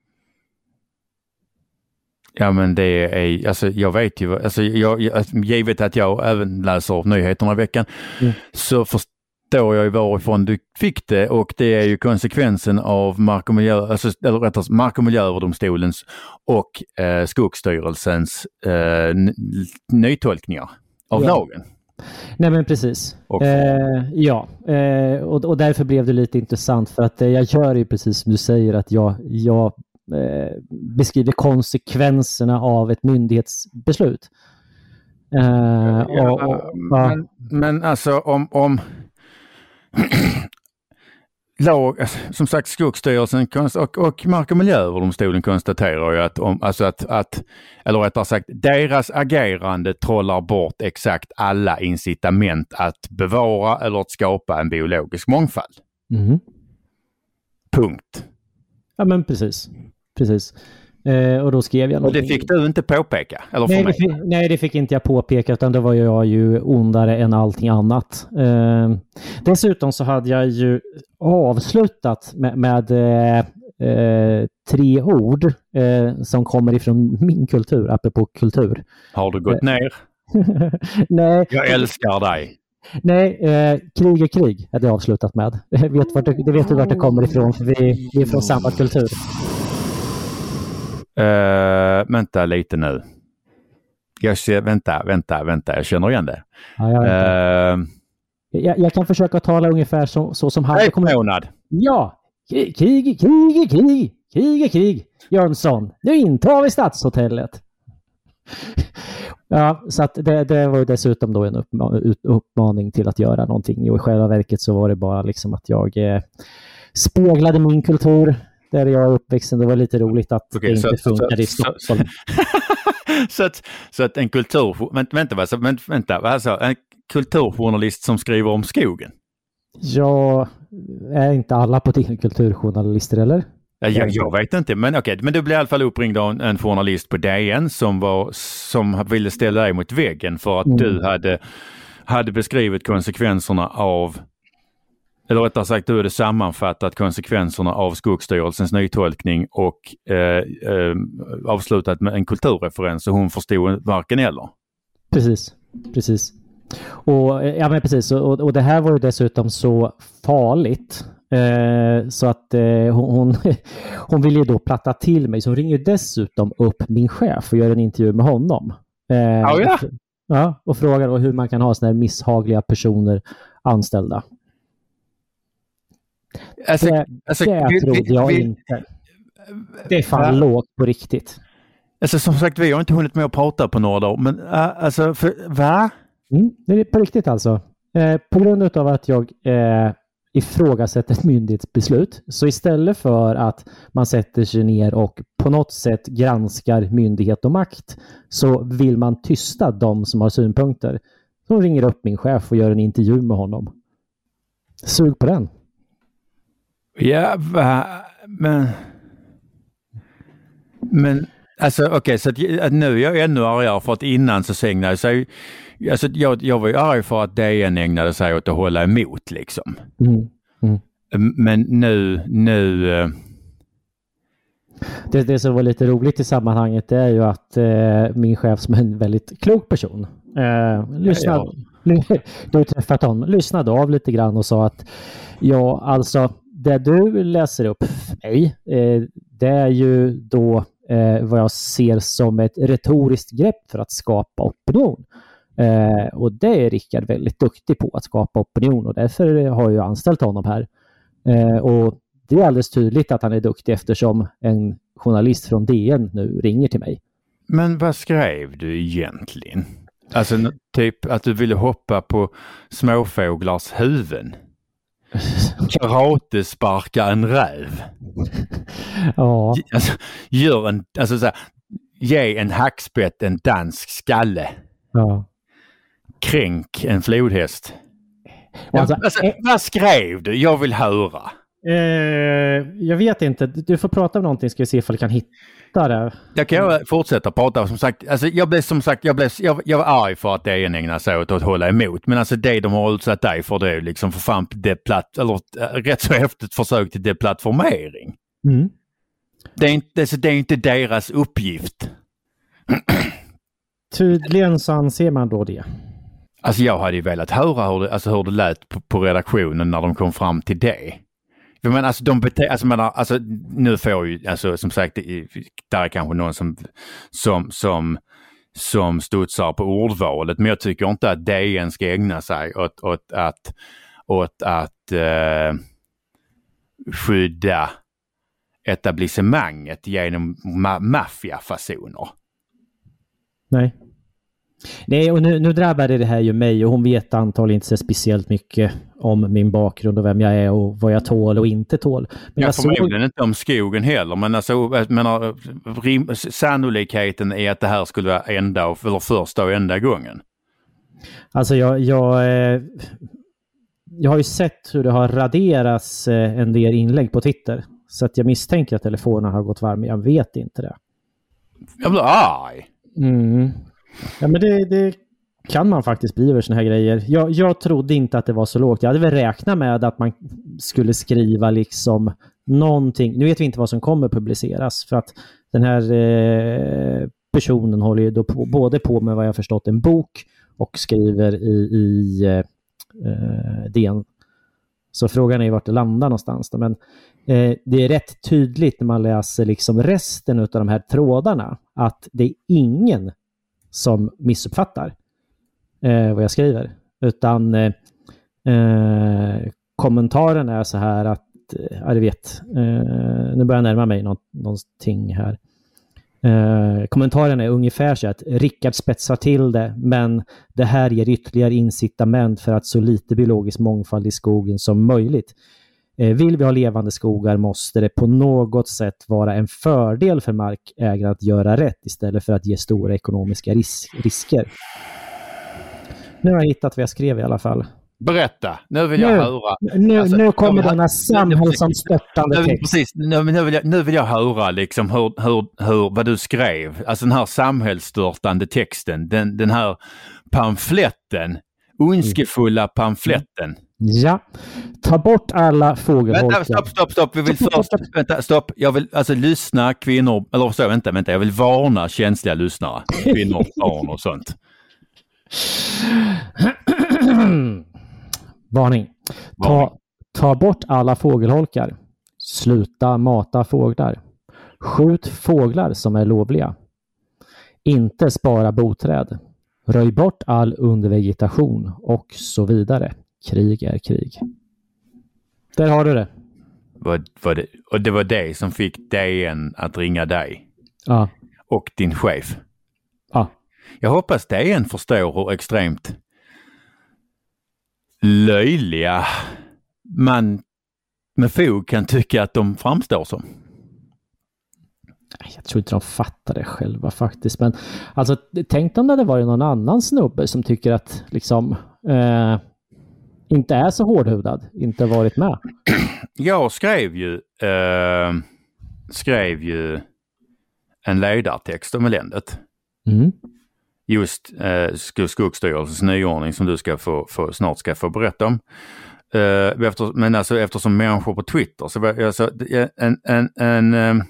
S2: Ja, men det är, alltså jag vet ju, alltså jag, givet att jag även läser nyheterna i veckan, mm. så förstår jag ju varifrån du fick det, och det är ju konsekvensen av mark- och miljö, alltså, eller rättare mark- och miljööverdomstolens och eh, Skogsstyrelsens eh, n- nytolkningar av
S3: ja.
S2: lagen.
S3: Nej, men precis.
S2: Och,
S3: eh, ja, eh, och, och därför blev det lite intressant, för att eh, jag gör ju precis som du säger, att jag, jag eh, beskriver konsekvenserna av ett myndighetsbeslut. Eh,
S2: ja,
S3: och, och,
S2: men, men alltså om, om lag, som sagt Skogsstyrelsen och, och Mark- och miljööverdomstolen konstaterar ju att, om, alltså att, att, eller rättare sagt, deras agerande trollar bort exakt alla incitament att bevara eller att skapa en biologisk mångfald.
S3: Mm.
S2: Punkt.
S3: Ja, men precis. Precis. Eh, och då skrev jag någonting.
S2: Och det fick du inte påpeka? Eller
S3: nej,
S2: för mig?
S3: Det fick, nej, det fick inte jag påpeka, utan då var jag ju ondare än allting annat. Eh, dessutom så hade jag ju avslutat med, med eh, eh, tre ord eh, som kommer ifrån min kultur, apropå kultur.
S2: Har du gått ner?
S3: Nej.
S2: Jag älskar dig.
S3: Nej, eh, krig är krig hade jag avslutat med. Jag vet vart det, det vet du vart det kommer ifrån, för vi, vi är från samma kultur.
S2: Uh, vänta lite nu. Jag ser, vänta, vänta, vänta. Jag känner igen det.
S3: Ja, jag, uh, jag, jag kan försöka tala ungefär så, så som han...
S2: Ett månad.
S3: Ja, krig, krig, krig, krig, krig, krig. Jönsson, nu intar vi Stadshotellet. Ja, så att det, det var ju dessutom då en uppma- uppmaning till att göra någonting. Och i själva verket så var det bara liksom att jag eh, speglade min kultur där jag är uppväxten. Det var lite roligt att okay, det inte så, funkade så, i Stockholm.
S2: Så, så, att, så att en kultur... Vänta, vänta, vänta, vänta alltså, en kulturjournalist som skriver om skogen?
S3: Ja, är inte alla på din kulturjournalister, eller?
S2: Ja, jag, jag vet inte, men okej. Okay, men du blev i alla fall uppringd av en, en journalist på D N som, var, som ville ställa dig mot väggen för att mm. du hade, hade beskrivit konsekvenserna av... Eller rättare sagt, du hade sammanfattat konsekvenserna av Skogsstyrelsens nytolkning och eh, eh, avslutat med en kulturreferens, och hon förstod varken eller.
S3: Precis, precis. Och, ja, men precis. Och, och det här var ju dessutom så farligt Eh, så att eh, hon, hon, hon vill ju då platta till mig. Så hon ringer dessutom upp min chef och gör en intervju med honom. Eh,
S2: oh, ja.
S3: och, ja, och frågar då hur man kan ha såna här misshagliga personer anställda.
S2: Alltså,
S3: det
S2: alltså,
S3: det
S2: vi,
S3: trodde
S2: vi,
S3: jag
S2: vi,
S3: inte. Det är fan ja. lågt på riktigt.
S2: Alltså som sagt, vi har inte hunnit med att prata på några dagar. Men uh, alltså, för, va?
S3: Mm, det är på riktigt alltså. Eh, på grund av att jag eh, ifrågasätter ett myndighetsbeslut. Så istället för att man sätter sig ner och på något sätt granskar myndighet och makt, så vill man tysta de som har synpunkter. Så ringer upp min chef och gör en intervju med honom. Sug på den.
S2: Ja, va? Men... Men... Alltså okej, okay, så att, att nu är jag ännu argare för att innan så ägnade sig... Alltså jag, jag var ju arg för att D N ägnade sig åt att hålla emot liksom.
S3: Mm. Mm.
S2: Men nu... nu uh...
S3: det, det som var lite roligt i sammanhanget är ju att eh, min chef som är en väldigt klok person eh, lyssnade, ja, ja. Du har träffat honom, lyssnade av lite grann och sa att ja, alltså det du läser upp för mig, eh, det är ju då Eh, vad jag ser som ett retoriskt grepp för att skapa opinion. Eh, och det är Rickard väldigt duktig på, att skapa opinion, och därför har jag anställt honom här. Eh, och det är alldeles tydligt att han är duktig eftersom en journalist från D N nu ringer till mig.
S2: Men vad skrev du egentligen? Alltså typ att du ville hoppa på småfåglars huvuden. Karate sparka en räv.
S3: Ja.
S2: Alltså, gör en, alltså så här, ge en hackspett en dansk skalle.
S3: Ja.
S2: Kränk en flodhäst.
S3: Alltså,
S2: alltså, eh, vad skrev du? Jag vill höra.
S3: Eh, jag vet inte. Du får prata om någonting, ska vi se ifall vi kan hitta det.
S2: Jag kan fortsätta prata. Som sagt, alltså, jag blev som sagt, jag, blev, jag, jag var arg för att det ägnar sig åt att hålla emot. Men alltså det de har utsatt dig för, det är liksom för fan deplatt, eller rätt så häftigt försök till deplattformering.
S3: Mm.
S2: Det är inte, det är inte deras uppgift.
S3: Tydligen så anser man då det.
S2: Alltså jag hade ju velat höra hur det, alltså hur det lät på, på redaktionen när de kom fram till det. För men alltså de bete- alltså, man har, alltså nu får ju, alltså som sagt, det, där är kanske någon som som som som studsar på ordvalet, men jag tycker inte att D N ska ägna sig åt, åt att åt att eh, skydda etablissemanget genom ma- maffiafasoner.
S3: Nej. Nej, och nu, nu drabbade det här ju mig, och hon vet antagligen inte så speciellt mycket om min bakgrund och vem jag är och vad jag tål och inte tål. Men
S2: jag
S3: jag
S2: förmodligen
S3: såg...
S2: inte om skogen heller, men alltså, jag menar, rim, sannolikheten är att det här skulle vara enda, eller första och enda gången.
S3: Alltså jag, jag, eh, jag har ju sett hur det har raderats eh, en del inlägg på Twitter, så att jag misstänker att telefonen har gått varm, jag vet inte det.
S2: Jag blir arg.
S3: Mm. Ja, men det, det kan man faktiskt bli över såna här grejer. Jag, jag trodde inte att det var så lågt. Jag hade väl räknat med att man skulle skriva liksom någonting. Nu vet vi inte vad som kommer publiceras, för att den här eh, personen håller ju då på, både på med vad jag förstått en bok och skriver i, i eh, D N. Så frågan är vart det landar någonstans då. Men eh, det är rätt tydligt när man läser liksom resten av de här trådarna att det är ingen som missuppfattar eh, vad jag skriver. Utan eh, eh, kommentaren är så här att, ja, du vet, eh, nu börjar jag närma mig något, någonting här. Eh, kommentaren är ungefär så att Rickard spetsar till det, men det här ger ytterligare incitament för att så lite biologisk mångfald i skogen som möjligt. Eh, vill vi ha levande skogar måste det på något sätt vara en fördel för markägare att göra rätt istället för att ge stora ekonomiska ris- risker. Nu har jag hittat vad jag skrev i alla fall.
S2: Berätta, nu vill jag
S3: nu,
S2: höra.
S3: Nu,
S2: alltså,
S3: nu kommer
S2: vill,
S3: denna samhällsomstörtande
S2: nu,
S3: text.
S2: Precis, nu, nu, vill jag, nu vill jag höra liksom hur, hur, hur, vad du skrev. Alltså den här samhällsstörtande texten, den, den här pamfletten, ondskefulla pamfletten.
S3: Ja, ta bort alla fågelholkar.
S2: Vänta, stopp, stopp, stopp. Vi vill först, vänta, stopp. Jag vill alltså lyssna kvinnor, eller så, vänta, vänta. Jag vill varna känsliga lyssnare. Kvinnor, barn och sånt.
S3: Varning. Ta,
S2: Varning.
S3: Ta bort alla fågelholkar. Sluta mata fåglar. Skjut fåglar som är lovliga. Inte spara boträd. Röj bort all undervegetation och så vidare. Krig är krig. Där har du det.
S2: Vad, vad det. Och det var det som fick D N att ringa dig.
S3: Ja.
S2: Och din chef.
S3: Ja.
S2: Jag hoppas D N förstår hur extremt löjliga man med fog kan tycka att de framstår som.
S3: Jag tror inte de fattar det själva faktiskt. Men alltså, tänk om det hade varit någon annan snubbe som tycker att liksom eh, inte är så hårdhudad, inte varit med.
S2: Jag skrev ju eh, skrev ju en ledartext om eländet.
S3: Mm.
S2: Just eh, Skogsstyrelsens nyordning som du ska få, få, snart ska få berätta om. Eh, efter, men alltså eftersom människor på Twitter så var alltså, en, en, en eh,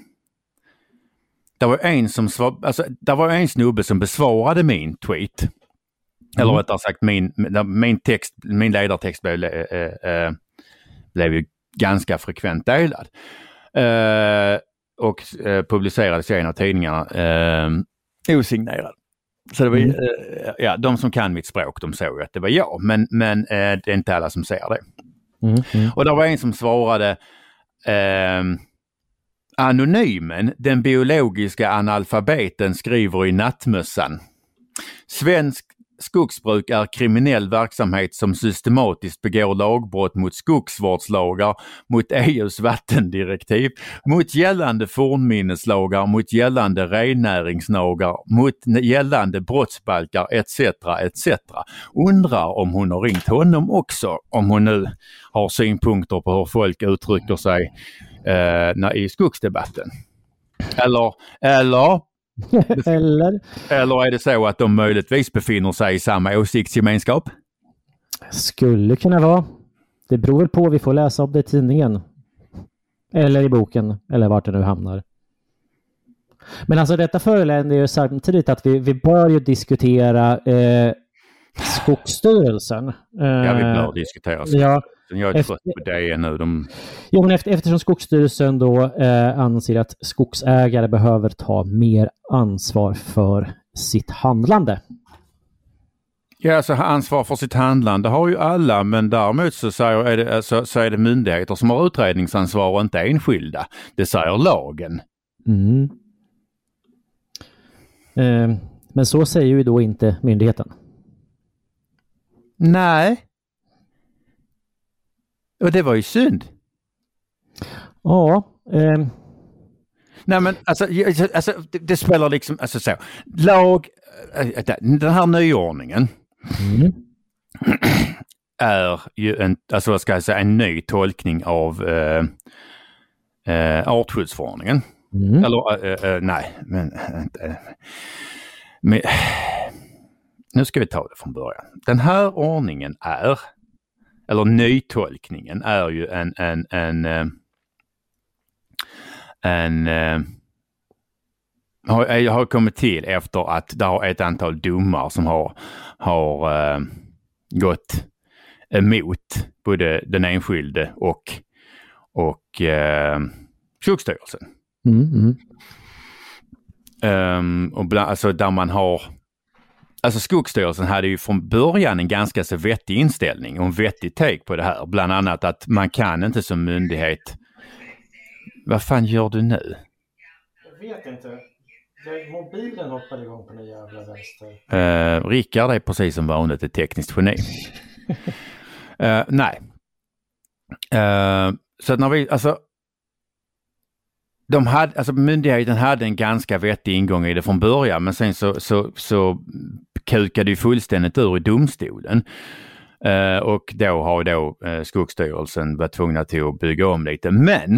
S2: det var en som svar, alltså, det var en snubbe som besvarade min tweet. Mm. Eller rättare sagt min, min text, min ledartext blev, eh, eh, blev ju ganska frekvent delad. Eh, och eh, publicerades i en av tidningarna eh, osignerad. Så det var, mm. eh, ja, de som kan mitt språk, de såg att det var jag, men, men eh, det är inte alla som ser det.
S3: Mm. Mm. Och
S2: det var en som svarade eh, anonymen, den biologiska analfabeten skriver i nattmössan. Svensk skogsbruk är kriminell verksamhet som systematiskt begår lagbrott mot skogsvårdslagar, mot E U:s vattendirektiv, mot gällande fornminneslagar, mot gällande rennäringslagar, mot gällande brottsbalkar et cetera et cetera. Undrar om hon har ringt honom också, om hon nu har synpunkter på hur folk uttrycker sig eh, när, i skogsdebatten. Eller, eller
S3: Eller?
S2: Eller är det så att de möjligtvis befinner sig i samma åsiktsgemenskap?
S3: Skulle kunna vara. Det beror väl på, vi får läsa om det i tidningen. Eller i boken. Eller vart det nu hamnar. Men alltså detta föreländer ju samtidigt att vi, vi bör ju diskutera eh, Skogsstyrelsen. Eh,
S2: ja, vi bör diskutera så.
S3: Ja.
S2: Jag är efter, trött på det nu. De...
S3: Jo, men efter, eftersom Skogsstyrelsen då eh, anser att skogsägare behöver ta mer ansvar för sitt handlande.
S2: Ja, alltså ansvar för sitt handlande har ju alla, men däremot så, säger, är, det, alltså, så är det myndigheter som har utredningsansvar och inte enskilda. Det säger lagen.
S3: Mm. Eh, men så säger ju då inte myndigheten.
S2: Nej. Och det var ju synd.
S3: Ja. Eh.
S2: Nej men alltså, alltså det, det spelar liksom, alltså så. Lag, den här nyordningen mm. är ju en, alltså vad ska jag säga, en ny tolkning av eh, eh, artskyddsförordningen. Mm. Eller, eh, eh, nej, men, eh, men nu ska vi ta det från början. Den här ordningen är, eller nytolkningen är ju en en en en, en en har, har kommit till efter att det har ett antal domar som har har uh, gått emot både den enskilde och och uh, Skogsstyrelsen.
S3: Mm, mm.
S2: Um, och bland, alltså där man har Alltså Skogsstyrelsen hade ju från början en ganska så vettig inställning och en vettig take på det här. Bland annat att man kan inte som myndighet... Vad fan gör du nu?
S3: Jag vet inte. Mobilen hoppade igång på den jävla vänster.
S2: Uh, Rickard är precis som vanligt ett tekniskt geni. uh, nej. Uh, så att när vi... Alltså, de hade, alltså myndigheten hade en ganska vettig ingång i det från början, men sen så, så, så kukade ju fullständigt ur i domstolen. Uh, och då har då uh, Skogsstyrelsen varit tvungna till att bygga om lite. Men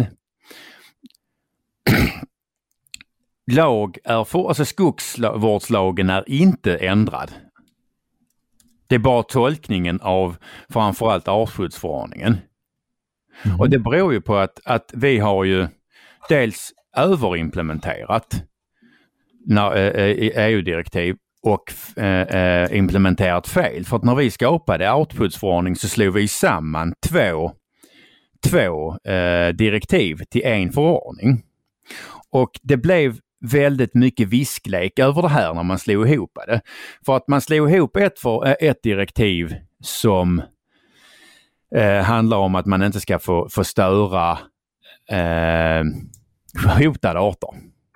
S2: lag är för, alltså skogsvårdslagen är inte ändrad. Det är bara tolkningen av framförallt artskyddsförordningen. Mm. Och det beror ju på att, att vi har ju dels överimplementerat när, eh, i E U-direktiv och eh, implementerat fel. För att när vi skapade artskyddsförordning så slog vi samman två två eh, direktiv till en förordning. Och det blev väldigt mycket visklek över det här när man slog ihop det. För att man slog ihop ett, för, ett direktiv som eh, handlar om att man inte ska få, få störa eh, hotade arter.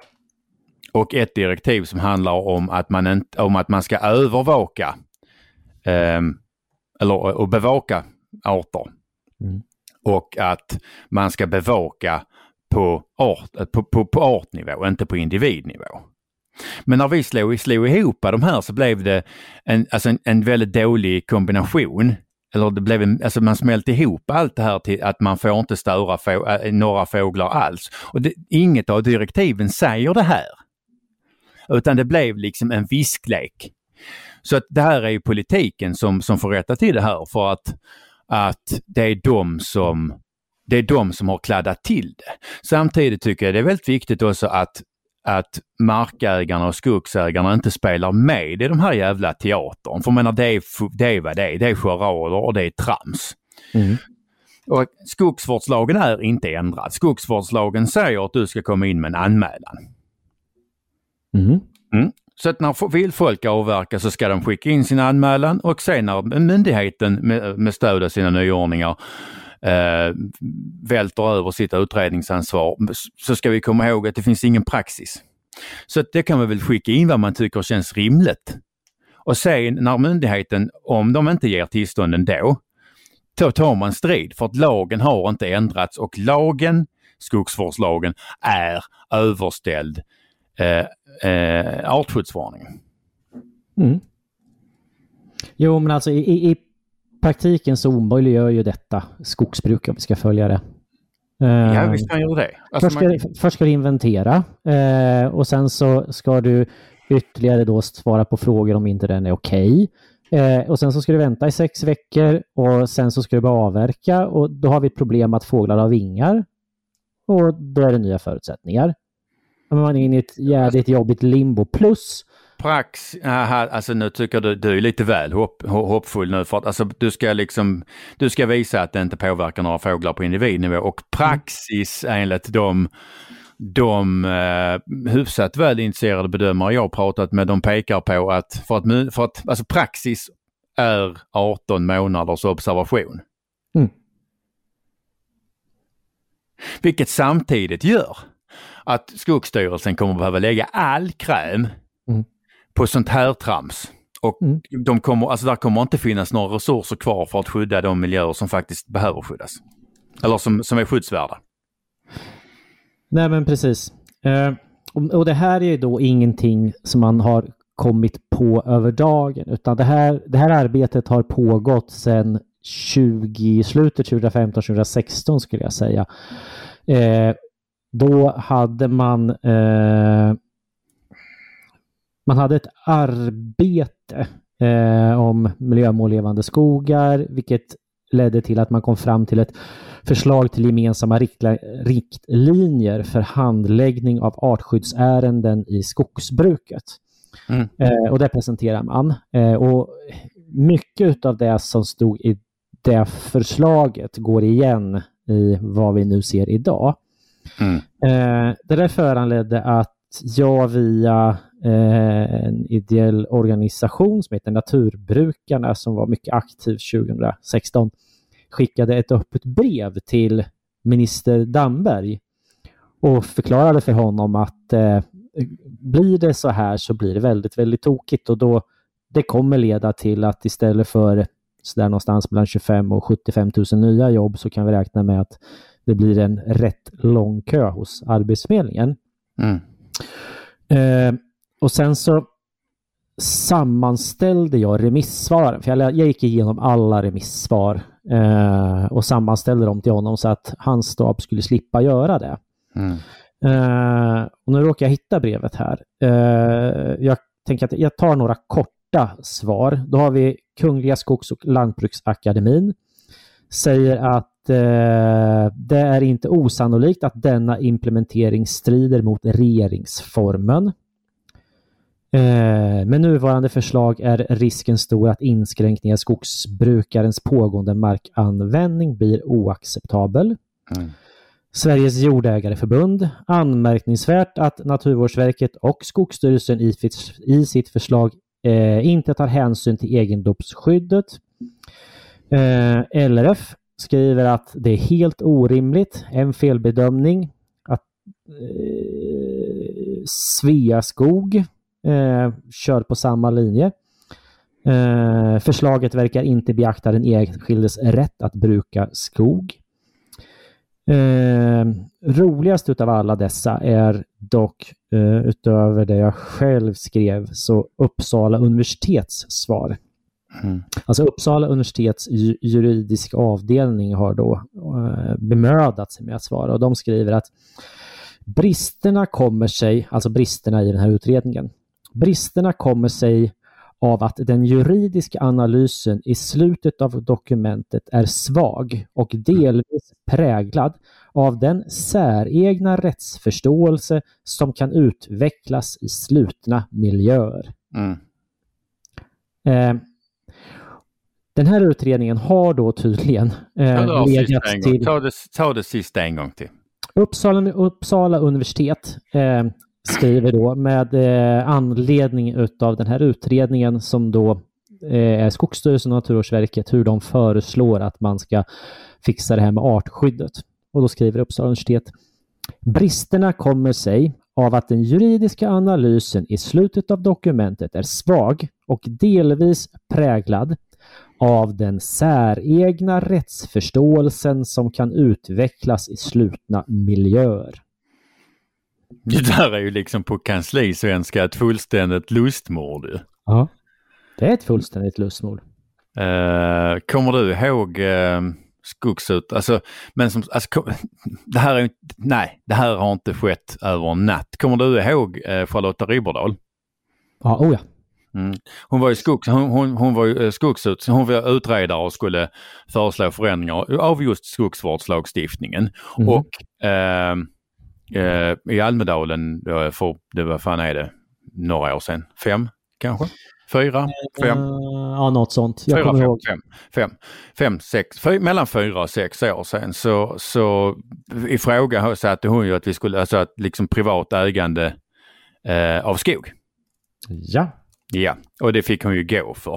S2: Och ett direktiv som handlar om att man, inte, om att man ska övervaka eh, eller och bevaka arter. Mm. Och att man ska bevaka på, art, på, på, på artnivå, inte på individnivå. Men när vi slog, slog ihop de här så blev det en, alltså en, en väldigt dålig kombination. Eller det blev en, alltså man smälte ihop allt det här till att man får inte störa få, äh, några fåglar alls. Och det, inget av direktiven säger det här. Utan det blev liksom en visklek. Så att det här är ju politiken som, som får rätta till det här, för att, att det är de som det är de som har kladdat till det. Samtidigt tycker jag det är väldigt viktigt också att, att markägarna och skogsägarna inte spelar med i de här jävla teatern. För jag menar, det är, det är vad det är. Det är charader och det är trams. Mm. Och skogsvårdslagen är inte ändrad. Skogsvårdslagen säger att du ska komma in med en anmälan. Mm. Mm. Så att när vill folk avverka så ska de skicka in sin anmälan, och sen när myndigheten med, med stöd av sina nyordningar eh, välter över sitt utredningsansvar, så ska vi komma ihåg att det finns ingen praxis. Så att det kan man väl skicka in vad man tycker känns rimligt. Och sen när myndigheten, om de inte ger tillstånden då, då tar man strid, för att lagen har inte ändrats, och lagen, skogsvårdslagen, är överställd eh, Eh, artskyddsförordningen. Mm.
S3: Jo, men alltså i, i praktiken så omöjliggör ju detta skogsbruk, om vi ska följa det. Eh,
S2: ja, visst kan göra det. Alltså
S3: först, ska,
S2: man...
S3: först ska du inventera eh, och sen så ska du ytterligare då svara på frågor om inte den är okej. Eh, och sen så ska du vänta i sex veckor och sen så ska du bara avverka, och då har vi ett problem att fåglar har vingar, och då är det nya förutsättningar. Man är inne i ett jävligt jobbigt limbo. Plus
S2: prax, aha, alltså nu tycker du du är lite väl hopp, hoppfull nu, för att alltså, du ska liksom du ska visa att det inte påverkar några fåglar på individnivå, och praxis mm. enligt de de eh, hyfsat väl intresserade bedömare jag har pratat med, de pekar på att för att, för att alltså praxis är arton månaders observation. Mm. Vilket samtidigt gör att Skogsstyrelsen kommer behöva lägga all kräm mm. på sånt här trams. Och mm. de kommer, alltså där kommer inte finnas några resurser kvar för att skydda de miljöer som faktiskt behöver skyddas. Eller som, som är skyddsvärda.
S3: Nej, men precis. Eh, och, och det här är då ingenting som man har kommit på över dagen, utan det här, det här arbetet har pågått sedan tjugo, slutet tjugofemton tjugosexton skulle jag säga. Eh, Då hade man eh, man hade ett arbete eh, om miljömål levande skogar, vilket ledde till att man kom fram till ett förslag till gemensamma riktla- riktlinjer för handläggning av artskyddsärenden i skogsbruket. Mm. Eh, och det presenterar man. Eh, och mycket av det som stod i det förslaget går igen i vad vi nu ser idag. Mm. Eh, det där föranledde att jag via eh, en ideell organisation som heter Naturbrukarna, som var mycket aktiv tjugohundrasexton, skickade ett öppet brev till minister Damberg och förklarade för honom att eh, blir det så här så blir det väldigt, väldigt tokigt, och då det kommer leda till att istället för så där någonstans mellan tjugofem och sjuttiofem tusen nya jobb, så kan vi räkna med att det blir en rätt lång kö hos Arbetsförmedlingen. Mm. Eh, och sen så sammanställde jag remissvaren. För jag, jag gick igenom alla remissvar eh, och sammanställde dem till honom så att hans stab skulle slippa göra det. Mm. Eh, och nu råkar jag hitta brevet här. Eh, jag tänker att jag tar några korta svar. Då har vi Kungliga Skogs- och Lantbruksakademin. Säger att eh, det är inte osannolikt att denna implementering strider mot regeringsformen. Eh, med nuvarande förslag är risken stor att inskränkningar i skogsbrukarens pågående markanvändning blir oacceptabel. Mm. Sveriges jordägareförbund, anmärkningsvärt att Naturvårdsverket och Skogsstyrelsen i, i sitt förslag eh, inte tar hänsyn till egendomsskyddet. Eh, L R F skriver att det är helt orimligt, en felbedömning, att eh, Sveaskog eh, kör på samma linje. Eh, förslaget verkar inte beakta den enskildes rätt att bruka skog. Eh, roligast utav alla dessa är dock eh, utöver det jag själv skrev så Uppsala universitets svar. Mm. Alltså Uppsala universitets ju- juridiska avdelning har då eh, bemödat sig med att svara och de skriver att bristerna kommer sig, alltså bristerna i den här utredningen, bristerna kommer sig av att den juridiska analysen i slutet av dokumentet är svag och delvis präglad av den säregna rättsförståelse som kan utvecklas i slutna miljöer. Mm. Eh, den här utredningen har då tydligen eh, legat till...
S2: Ta det, ta det sista en gång till.
S3: Uppsala, Uppsala universitet eh, skriver då med eh, anledning utav den här utredningen som då eh, är Skogsstyrelsen och Naturvårdsverket, hur de föreslår att man ska fixa det här med artskyddet. Och då skriver Uppsala universitet: bristerna kommer sig av att den juridiska analysen i slutet av dokumentet är svag och delvis präglad av den säregna rättsförståelsen som kan utvecklas i slutna miljöer.
S2: Det där är ju liksom på kanslisvenska ett fullständigt lustmord.
S3: Ja, det är ett fullständigt lustmord.
S2: Uh, kommer du ihåg uh, skogsut? Alltså, men som, alltså, kom, det här är nej, det här har inte skett över en natt. Kommer du ihåg uh, Charlotta Riberdahl?
S3: Ja, oh ja.
S2: Mm. Hon var ju skogs, hon, hon, hon var ju skogsut, hon var utredare och skulle föreslå förändringar av just skogsvårdslagstiftningen. Mm. Och uh, Uh, i Almedalen uh, för det var fan är det några år sedan, fem kanske, fyra, fem, uh,
S3: ja något sånt. Jag
S2: fyra,
S3: kommer
S2: fem,
S3: ihåg.
S2: Fem, fem, fem, sex, fyra, mellan fyra och sex år sedan så så i fråga satte hon ju att vi skulle alltså att liksom privat ägande uh, av skog.
S3: Ja.
S2: Ja, och det fick hon ju gå för.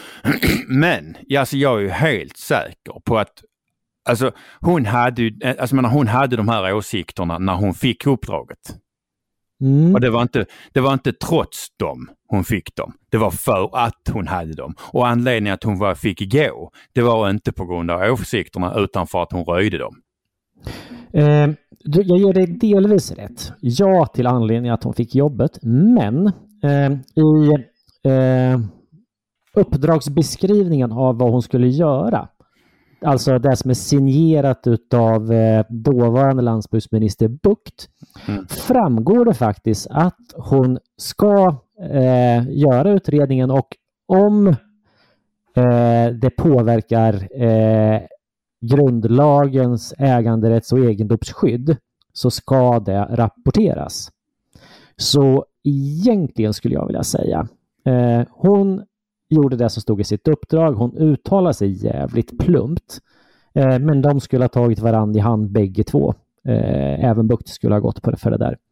S2: Men alltså jag är ju helt säker på att Alltså hon hade ju, alltså menar, hon hade de här åsikterna när hon fick uppdraget. Mm. Och det var inte det var inte trots dem hon fick dem. Det var för att hon hade dem. Och anledningen att hon var, fick gå, det var inte på grund av åsikterna utan för att hon röjde dem.
S3: Eh, jag ger dig delvis rätt. Ja till anledningen att hon fick jobbet, men eh, i eh, uppdragsbeskrivningen av vad hon skulle göra, alltså det som är signerat utav eh, dåvarande landsbygdsminister Bucht, mm. framgår det faktiskt att hon ska eh, göra utredningen och om eh, det påverkar eh, grundlagens äganderätts- och egendomsskydd så ska det rapporteras. Så egentligen skulle jag vilja säga eh, hon gjorde det som stod i sitt uppdrag. Hon uttalade sig jävligt plumpt. Eh, men de skulle ha tagit varandra i hand bägge två. Eh, även Bucht skulle ha gått på det för det där.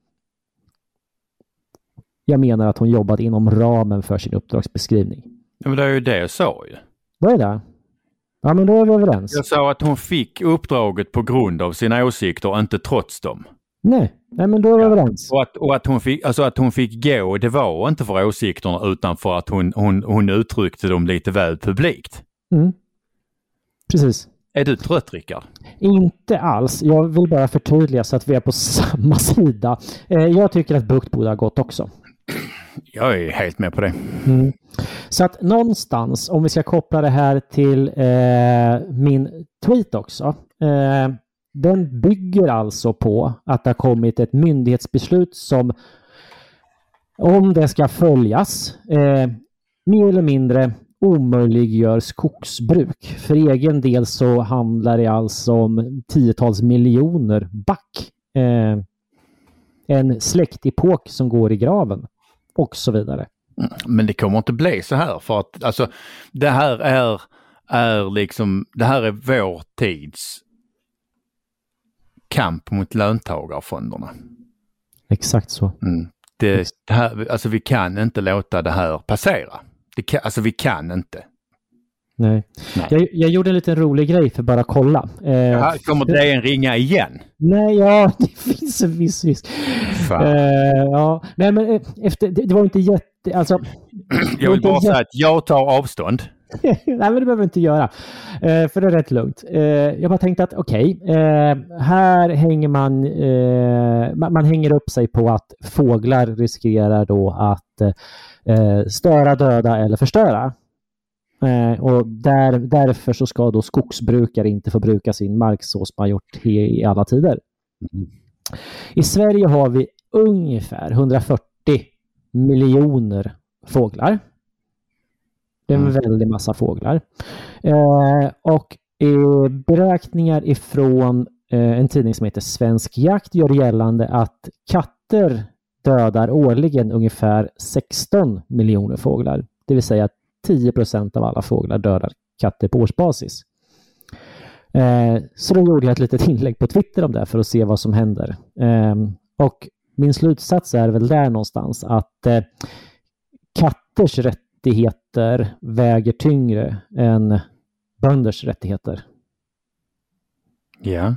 S3: Jag menar att hon jobbat inom ramen för sin uppdragsbeskrivning.
S2: Ja, men det är ju det jag sa ju.
S3: Vad är det? Ja, men då är vi överens.
S2: Jag sa att hon fick uppdraget på grund av sina åsikter, inte trots dem.
S3: Nej, nej men då är vi ja. överens.
S2: Och, att, och att, hon fick, alltså att hon fick gå, det var inte för åsikterna utan för att hon, hon, hon uttryckte dem lite väl publikt.
S3: Mm. Precis.
S2: Är du trött, Rickard?
S3: Inte alls. Jag vill bara förtydliga så att vi är på samma sida. Eh, jag tycker att Bucht borde ha gått också.
S2: Jag är helt med på det.
S3: Mm. Så att någonstans, om vi ska koppla det här till eh, min tweet också. Eh, den bygger alltså på att det har kommit ett myndighetsbeslut som, om det ska följas, eh, mer eller mindre omöjliggör skogsbruk. För egen del så handlar det alltså om tiotals miljoner back. Eh, en släktepok som går i graven och så vidare.
S2: Men det kommer inte bli så här för att alltså det här är, är liksom, det här är vår tids kamp mot löntagarfonderna.
S3: Exakt så.
S2: Mm. Det, det här, alltså vi kan inte låta det här passera. Det kan, alltså vi kan inte.
S3: Nej. Nej. Jag, jag gjorde en liten rolig grej för bara kolla. Eh,
S2: här kommer det en ringa igen.
S3: Nej, ja, det finns en viss risk. Eh, ja, nej men efter, det, det var inte jätte, alltså.
S2: Jag vill bara jätte... säga att jag tar avstånd.
S3: Nej, men det behöver du inte göra. Eh, för det är rätt lugnt. Eh, jag bara tänkte att okej, okay, eh, här hänger man, eh, man, man hänger upp sig på att fåglar riskerar då att eh, störa, döda eller förstöra. Eh, och där, därför så ska då skogsbrukare inte få bruka sin mark så som man gjort i, i alla tider. Mm. I Sverige har vi ungefär hundrafyrtio miljoner fåglar. Det är en mm. väldigt massa fåglar. Eh, och eh, beräkningar ifrån eh, en tidning som heter Svensk Jakt gör gällande att katter dödar årligen ungefär sexton miljoner fåglar. Det vill säga tio procent av alla fåglar dödar katter på årsbasis. Eh, så då gjorde jag ett litet inlägg på Twitter om det för att se vad som händer. Eh, och min slutsats är väl där någonstans att eh, katters rättigheter väger tyngre än bönders rättigheter.
S2: Ja.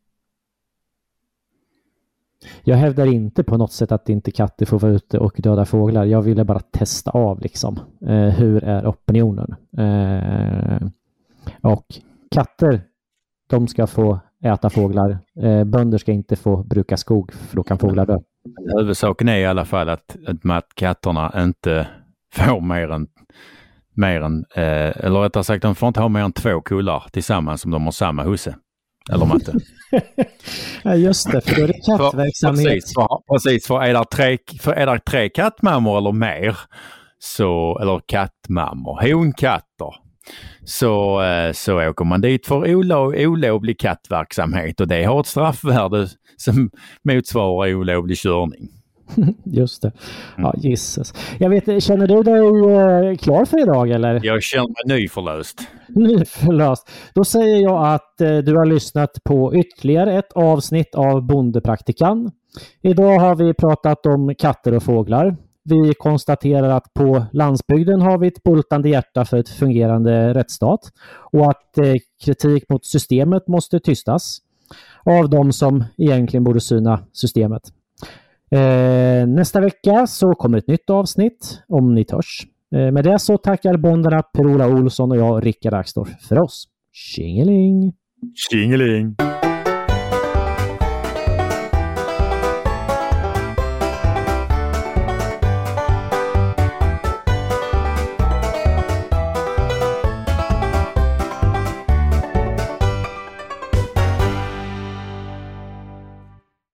S3: Jag hävdar inte på något sätt att inte katter får vara ute och döda fåglar. Jag ville bara testa av liksom. Eh, hur är opinionen? Eh, och katter, de ska få äta fåglar. Eh, bönder ska inte få bruka skog för då kan fåglar dö.
S2: Huvudsaken är i alla fall att, att katterna inte får mer än, mer än eh, eller rättare sagt de får inte ha mer än två kullar tillsammans som de har samma husse. Eller matte.
S3: Ja just det, för då är det kattverksamhet.
S2: Precis, för, precis, för är det tre, för är det tre kattmammor eller mer så, eller kattmammor, honkatter så, så åker man dit för olov, olovlig kattverksamhet och det har ett straffvärde som motsvarar olovlig körning.
S3: Just det. Ja, Jesus. Jag vet, känner du dig eh, klar för idag eller?
S2: Jag känner mig nyförlöst.
S3: Nyförlöst. Då säger jag att eh, du har lyssnat på ytterligare ett avsnitt av Bondepraktikan. Idag har vi pratat om katter och fåglar. Vi konstaterar att på landsbygden har vi ett bultande hjärta för ett fungerande rättsstat och att eh, kritik mot systemet måste tystas av de som egentligen borde syna systemet. Eh, nästa vecka så kommer ett nytt avsnitt om ni törs. Eh, med det så tackar bonderna Per-Ola Olsson och jag Rickard Axdorff för oss. Tjingeling!
S2: Tjingeling!